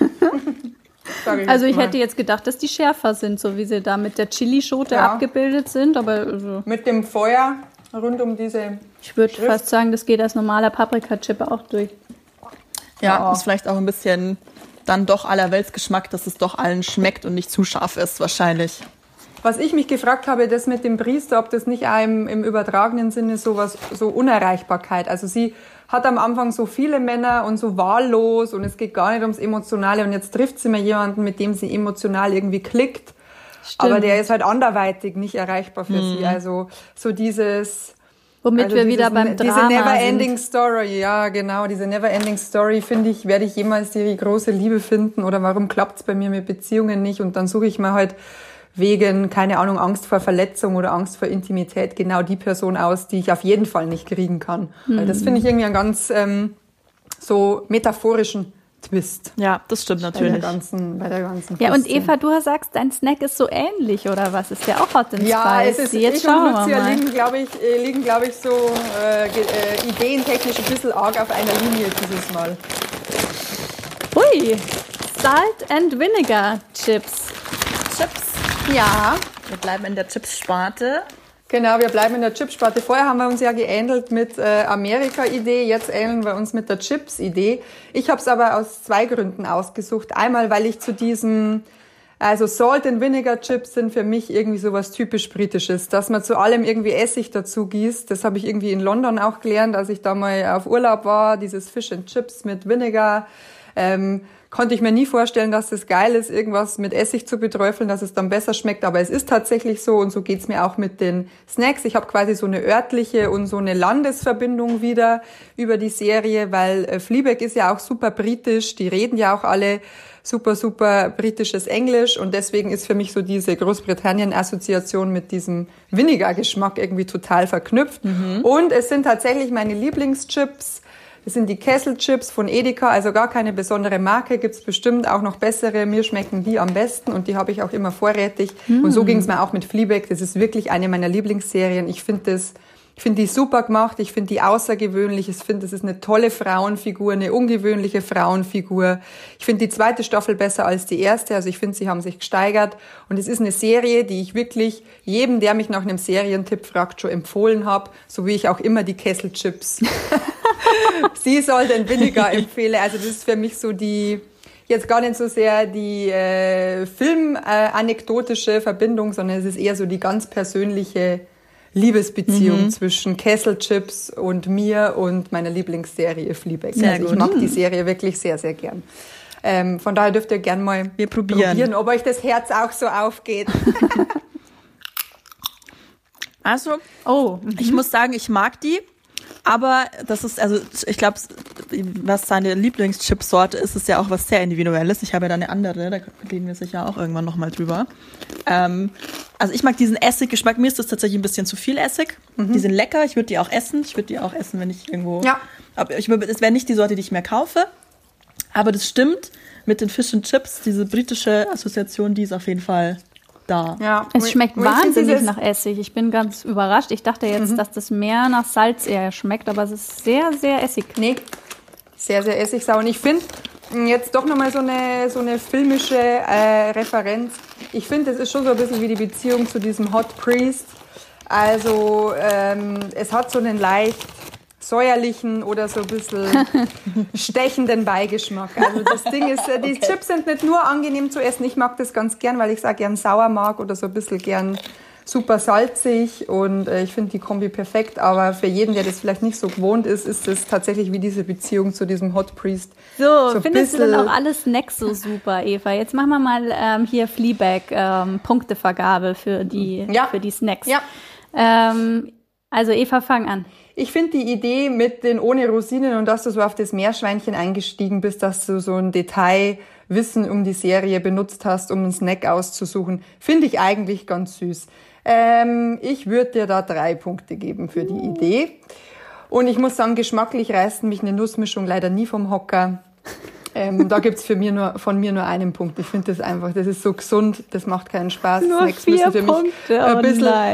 kann. ich also ich mal. hätte jetzt gedacht, dass die schärfer sind, so wie sie da mit der Chilischote ja. abgebildet sind. Aber also mit dem Feuer rund um diese Ich würde fast sagen, das geht als normaler Paprikachip auch durch. Ja, oh. ist vielleicht auch ein bisschen dann doch allerweltsgeschmack, dass es doch allen schmeckt und nicht zu scharf ist wahrscheinlich. Was ich mich gefragt habe, das mit dem Priester, ob das nicht auch im, im übertragenen Sinne sowas, so Unerreichbarkeit. Also sie hat am Anfang so viele Männer und so wahllos und es geht gar nicht ums Emotionale und jetzt trifft sie mal jemanden, mit dem sie emotional irgendwie klickt. Stimmt. Aber der ist halt anderweitig nicht erreichbar für hm. sie. Also so dieses... Womit also wir dieses, wieder beim Drama Diese Never-Ending sind. Story, ja genau, diese Never-Ending Story, finde ich, werde ich jemals die große Liebe finden oder warum klappt es bei mir mit Beziehungen nicht und dann suche ich mir halt wegen, keine Ahnung, Angst vor Verletzung oder Angst vor Intimität genau die Person aus, die ich auf jeden Fall nicht kriegen kann. Mhm. Weil das finde ich irgendwie einen ganz ähm, so metaphorischen Twist. Ja, das stimmt natürlich. Bei der ganzen, bei der ganzen ja, und Eva, du sagst, dein Snack ist so ähnlich, oder was? Ist ja auch hot and ja, spicy. Es ist, Jetzt ich schauen und wir Lucia mal. liegen, glaube ich, liegen, glaube ich, so äh, äh, ideentechnisch ein bisschen arg auf einer Linie dieses Mal. Ui, Salt and Vinegar Chips. Chips. Ja. Wir bleiben in der Chips-Sparte. Genau, wir bleiben in der Chips-Sparte. Vorher haben wir uns ja geähnelt mit äh, Amerika-Idee, jetzt ähneln wir uns mit der Chips-Idee. Ich habe es aber aus zwei Gründen ausgesucht. Einmal, weil ich zu diesem, also Salt and Vinegar Chips sind für mich irgendwie sowas typisch Britisches, dass man zu allem irgendwie Essig dazu gießt. Das habe ich irgendwie in London auch gelernt, als ich da mal auf Urlaub war, dieses Fish and Chips mit Vinegar. Ähm, konnte ich mir nie vorstellen, dass das geil ist, irgendwas mit Essig zu beträufeln, dass es dann besser schmeckt, aber es ist tatsächlich so und so geht's mir auch mit den Snacks. Ich habe quasi so eine örtliche und so eine Landesverbindung wieder über die Serie, weil äh, Fleabag ist ja auch super britisch, die reden ja auch alle super, super britisches Englisch und deswegen ist für mich so diese Großbritannien-Assoziation mit diesem Vinegar-Geschmack irgendwie total verknüpft. Mhm. Und es sind tatsächlich meine Lieblingschips. Das sind die Kesselchips von Edeka, also gar keine besondere Marke, gibt's bestimmt auch noch bessere. Mir schmecken die am besten und die habe ich auch immer vorrätig. Mm. Und so ging's mir auch mit Fleabag. Das ist wirklich eine meiner Lieblingsserien. Ich finde das, ich finde die super gemacht, ich finde die außergewöhnlich. Ich finde, das ist eine tolle Frauenfigur, eine ungewöhnliche Frauenfigur. Ich finde die zweite Staffel besser als die erste, also ich finde, sie haben sich gesteigert. Und es ist eine Serie, die ich wirklich jedem, der mich nach einem Serientipp fragt, schon empfohlen habe, so wie ich auch immer die Kesselchips Sie soll den Vinegar empfehle. Also das ist für mich so die, jetzt gar nicht so sehr die äh, Film-anekdotische äh, Verbindung, sondern es ist eher so die ganz persönliche Liebesbeziehung mhm. zwischen Kesselchips und mir und meiner Lieblingsserie Fleabag. Sehr also gut. Ich mag die Serie wirklich sehr, sehr gern. Ähm, von daher dürft ihr gern mal Wir probieren. probieren, ob euch das Herz auch so aufgeht. Also, oh, ich muss sagen, ich mag die. Aber das ist, also ich glaube, was seine Lieblingschipsorte ist, ist ja auch was sehr Individuelles. Ich habe ja da eine andere, da reden wir sicher auch irgendwann nochmal drüber. Ähm, also ich mag diesen Essiggeschmack. Mir ist das tatsächlich ein bisschen zu viel Essig. Mhm. Die sind lecker, ich würde die auch essen. Ich würde die auch essen, wenn ich irgendwo... Ja. Aber ich, es wäre nicht die Sorte, die ich mehr kaufe. Aber das stimmt, mit den Fish and Chips, diese britische Assoziation, die ist auf jeden Fall... da. Ja. Es schmeckt wahnsinnig nach Essig. Ich bin ganz überrascht. Ich dachte jetzt, mhm. dass das mehr nach Salz eher schmeckt, aber es ist sehr, sehr essig. Nee, sehr, sehr essigsau. Und ich finde, jetzt doch nochmal so eine, so eine filmische äh, Referenz. Ich finde, es ist schon so ein bisschen wie die Beziehung zu diesem Hot Priest. Also, ähm, es hat so einen leicht säuerlichen oder so ein bisschen stechenden Beigeschmack. Also das Ding ist, die okay. Chips sind nicht nur angenehm zu essen, ich mag das ganz gern, weil ich es auch gern sauer mag oder so ein bisschen gern super salzig und äh, ich finde die Kombi perfekt, aber für jeden, der das vielleicht nicht so gewohnt ist, ist das tatsächlich wie diese Beziehung zu diesem Hot Priest. So, so findest du dann auch alle Snacks so super, Eva? Jetzt machen wir mal ähm, hier Fleabag, ähm, Punktevergabe für die, ja. für die Snacks. Ja. Ähm, also Eva, fang an. Ich finde die Idee mit den ohne Rosinen und dass du so auf das Meerschweinchen eingestiegen bist, dass du so ein Detailwissen um die Serie benutzt hast, um einen Snack auszusuchen, finde ich eigentlich ganz süß. Ähm, ich würde dir da drei Punkte geben für die Idee. Und ich muss sagen, geschmacklich reißt mich eine Nussmischung leider nie vom Hocker. Ähm, da gibt's für mir nur, von mir nur einen Punkt. Ich finde das einfach, das ist so gesund, das macht keinen Spaß. Nur Snacks vier müssen für Punkte, mich ein bisschen, oh nein.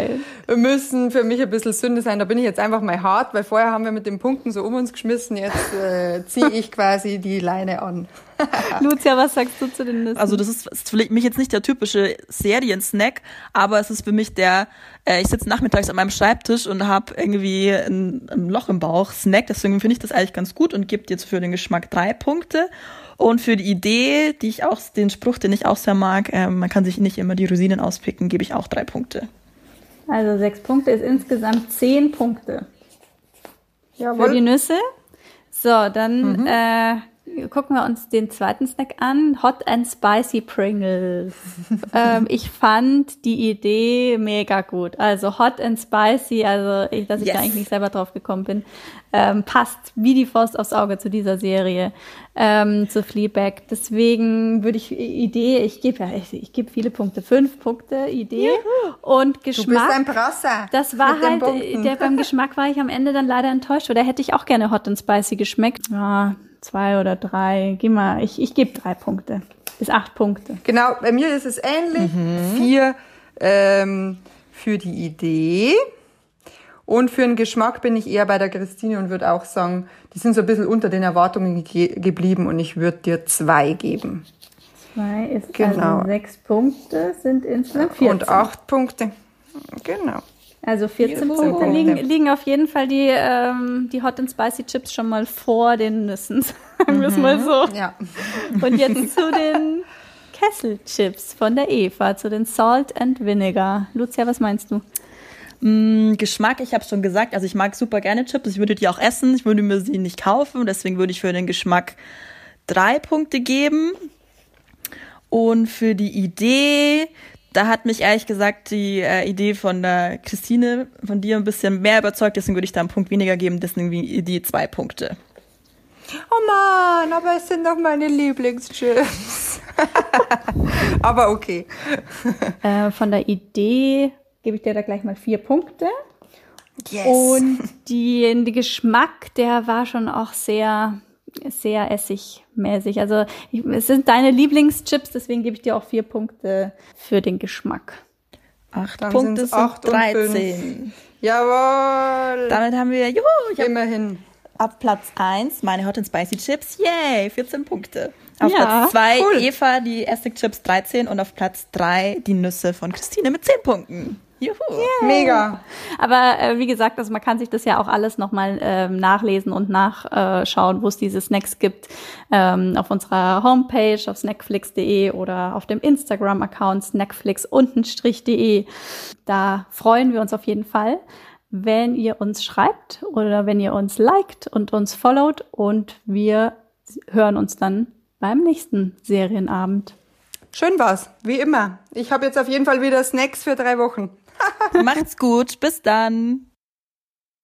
müssen für mich ein bisschen Sünde sein. Da bin ich jetzt einfach mal hart, weil vorher haben wir mit den Punkten so um uns geschmissen. Jetzt äh, ziehe ich quasi die Leine an. Lucia, was sagst du zu den Nüssen? Also das ist, ist für mich jetzt nicht der typische Seriensnack, aber es ist für mich der, äh, ich sitze nachmittags an meinem Schreibtisch und habe irgendwie ein, ein Loch im Bauch Snack, deswegen finde ich das eigentlich ganz gut und gebe jetzt für den Geschmack drei Punkte. Und für die Idee, die ich auch, den Spruch, den ich auch sehr mag, äh, man kann sich nicht immer die Rosinen auspicken, gebe ich auch drei Punkte. Also sechs Punkte ist insgesamt zehn Punkte. Jawohl. Für die Nüsse. So, dann mhm. äh, gucken wir uns den zweiten Snack an. Hot and Spicy Pringles. ähm, ich fand die Idee mega gut. Also Hot and Spicy, also ich, dass ich yes. da eigentlich nicht selber drauf gekommen bin, ähm, passt wie die Faust aufs Auge zu dieser Serie, ähm, zu Fleabag. Deswegen würde ich Idee, ich gebe ja, ich, ich gebe viele Punkte, fünf Punkte Idee Juhu. Und Geschmack. Du bist ein Prasser. Das war halt, der beim Geschmack war ich am Ende dann leider enttäuscht, oder hätte ich auch gerne Hot and Spicy geschmeckt. Ja, zwei oder drei, geh mal, ich, ich gebe drei Punkte, bis acht Punkte. Genau, bei mir ist es ähnlich. Mhm. Vier ähm, für die Idee. Und für den Geschmack bin ich eher bei der Christine und würde auch sagen, die sind so ein bisschen unter den Erwartungen ge- geblieben und ich würde dir zwei geben. Zwei ist genau. Also sechs Punkte, sind insgesamt vierzehn. Und acht Punkte, genau. Also vierzehn Punkte, Punkte. Liegen, liegen auf jeden Fall die, ähm, die Hot and Spicy Chips schon mal vor den Nüssen, sagen wir es mal so. Ja. Und jetzt zu den Kesselchips von der Eva, zu den Salt and Vinegar. Lucia, was meinst du? Mm, Geschmack, ich habe schon gesagt, also ich mag super gerne Chips, ich würde die auch essen, ich würde mir sie nicht kaufen, deswegen würde ich für den Geschmack drei Punkte geben. Und für die Idee, da hat mich ehrlich gesagt die äh, Idee von der Christine, von dir ein bisschen mehr überzeugt, deswegen würde ich da einen Punkt weniger geben, deswegen die zwei Punkte. Oh Mann, aber es sind doch meine Lieblingschips. Aber okay. Äh, von der Idee gebe ich dir da gleich mal vier Punkte. Yes. Und die, der Geschmack, der war schon auch sehr, sehr essigmäßig. Also ich, es sind deine Lieblingschips, deswegen gebe ich dir auch vier Punkte für den Geschmack. Acht Dann Punkte sind acht dreizehn. Jawohl. Damit haben wir, juhu, ich immerhin. Auf Platz eins meine Hot and Spicy Chips, yay, vierzehn Punkte. Auf ja, Platz zwei cool. Eva, die Essig Chips dreizehn und auf Platz drei die Nüsse von Christine mit zehn Punkten. Juhu. Yeah. Mega. Aber äh, wie gesagt, also man kann sich das ja auch alles nochmal ähm, nachlesen und nachschauen, äh, wo es diese Snacks gibt. Ähm, auf unserer Homepage, auf snackflix punkt de oder auf dem Instagram-Account snackflix-de. Da freuen wir uns auf jeden Fall, wenn ihr uns schreibt oder wenn ihr uns liked und uns followt. Und wir hören uns dann beim nächsten Serienabend. Schön war's, wie immer. Ich habe jetzt auf jeden Fall wieder Snacks für drei Wochen. Macht's gut, bis dann.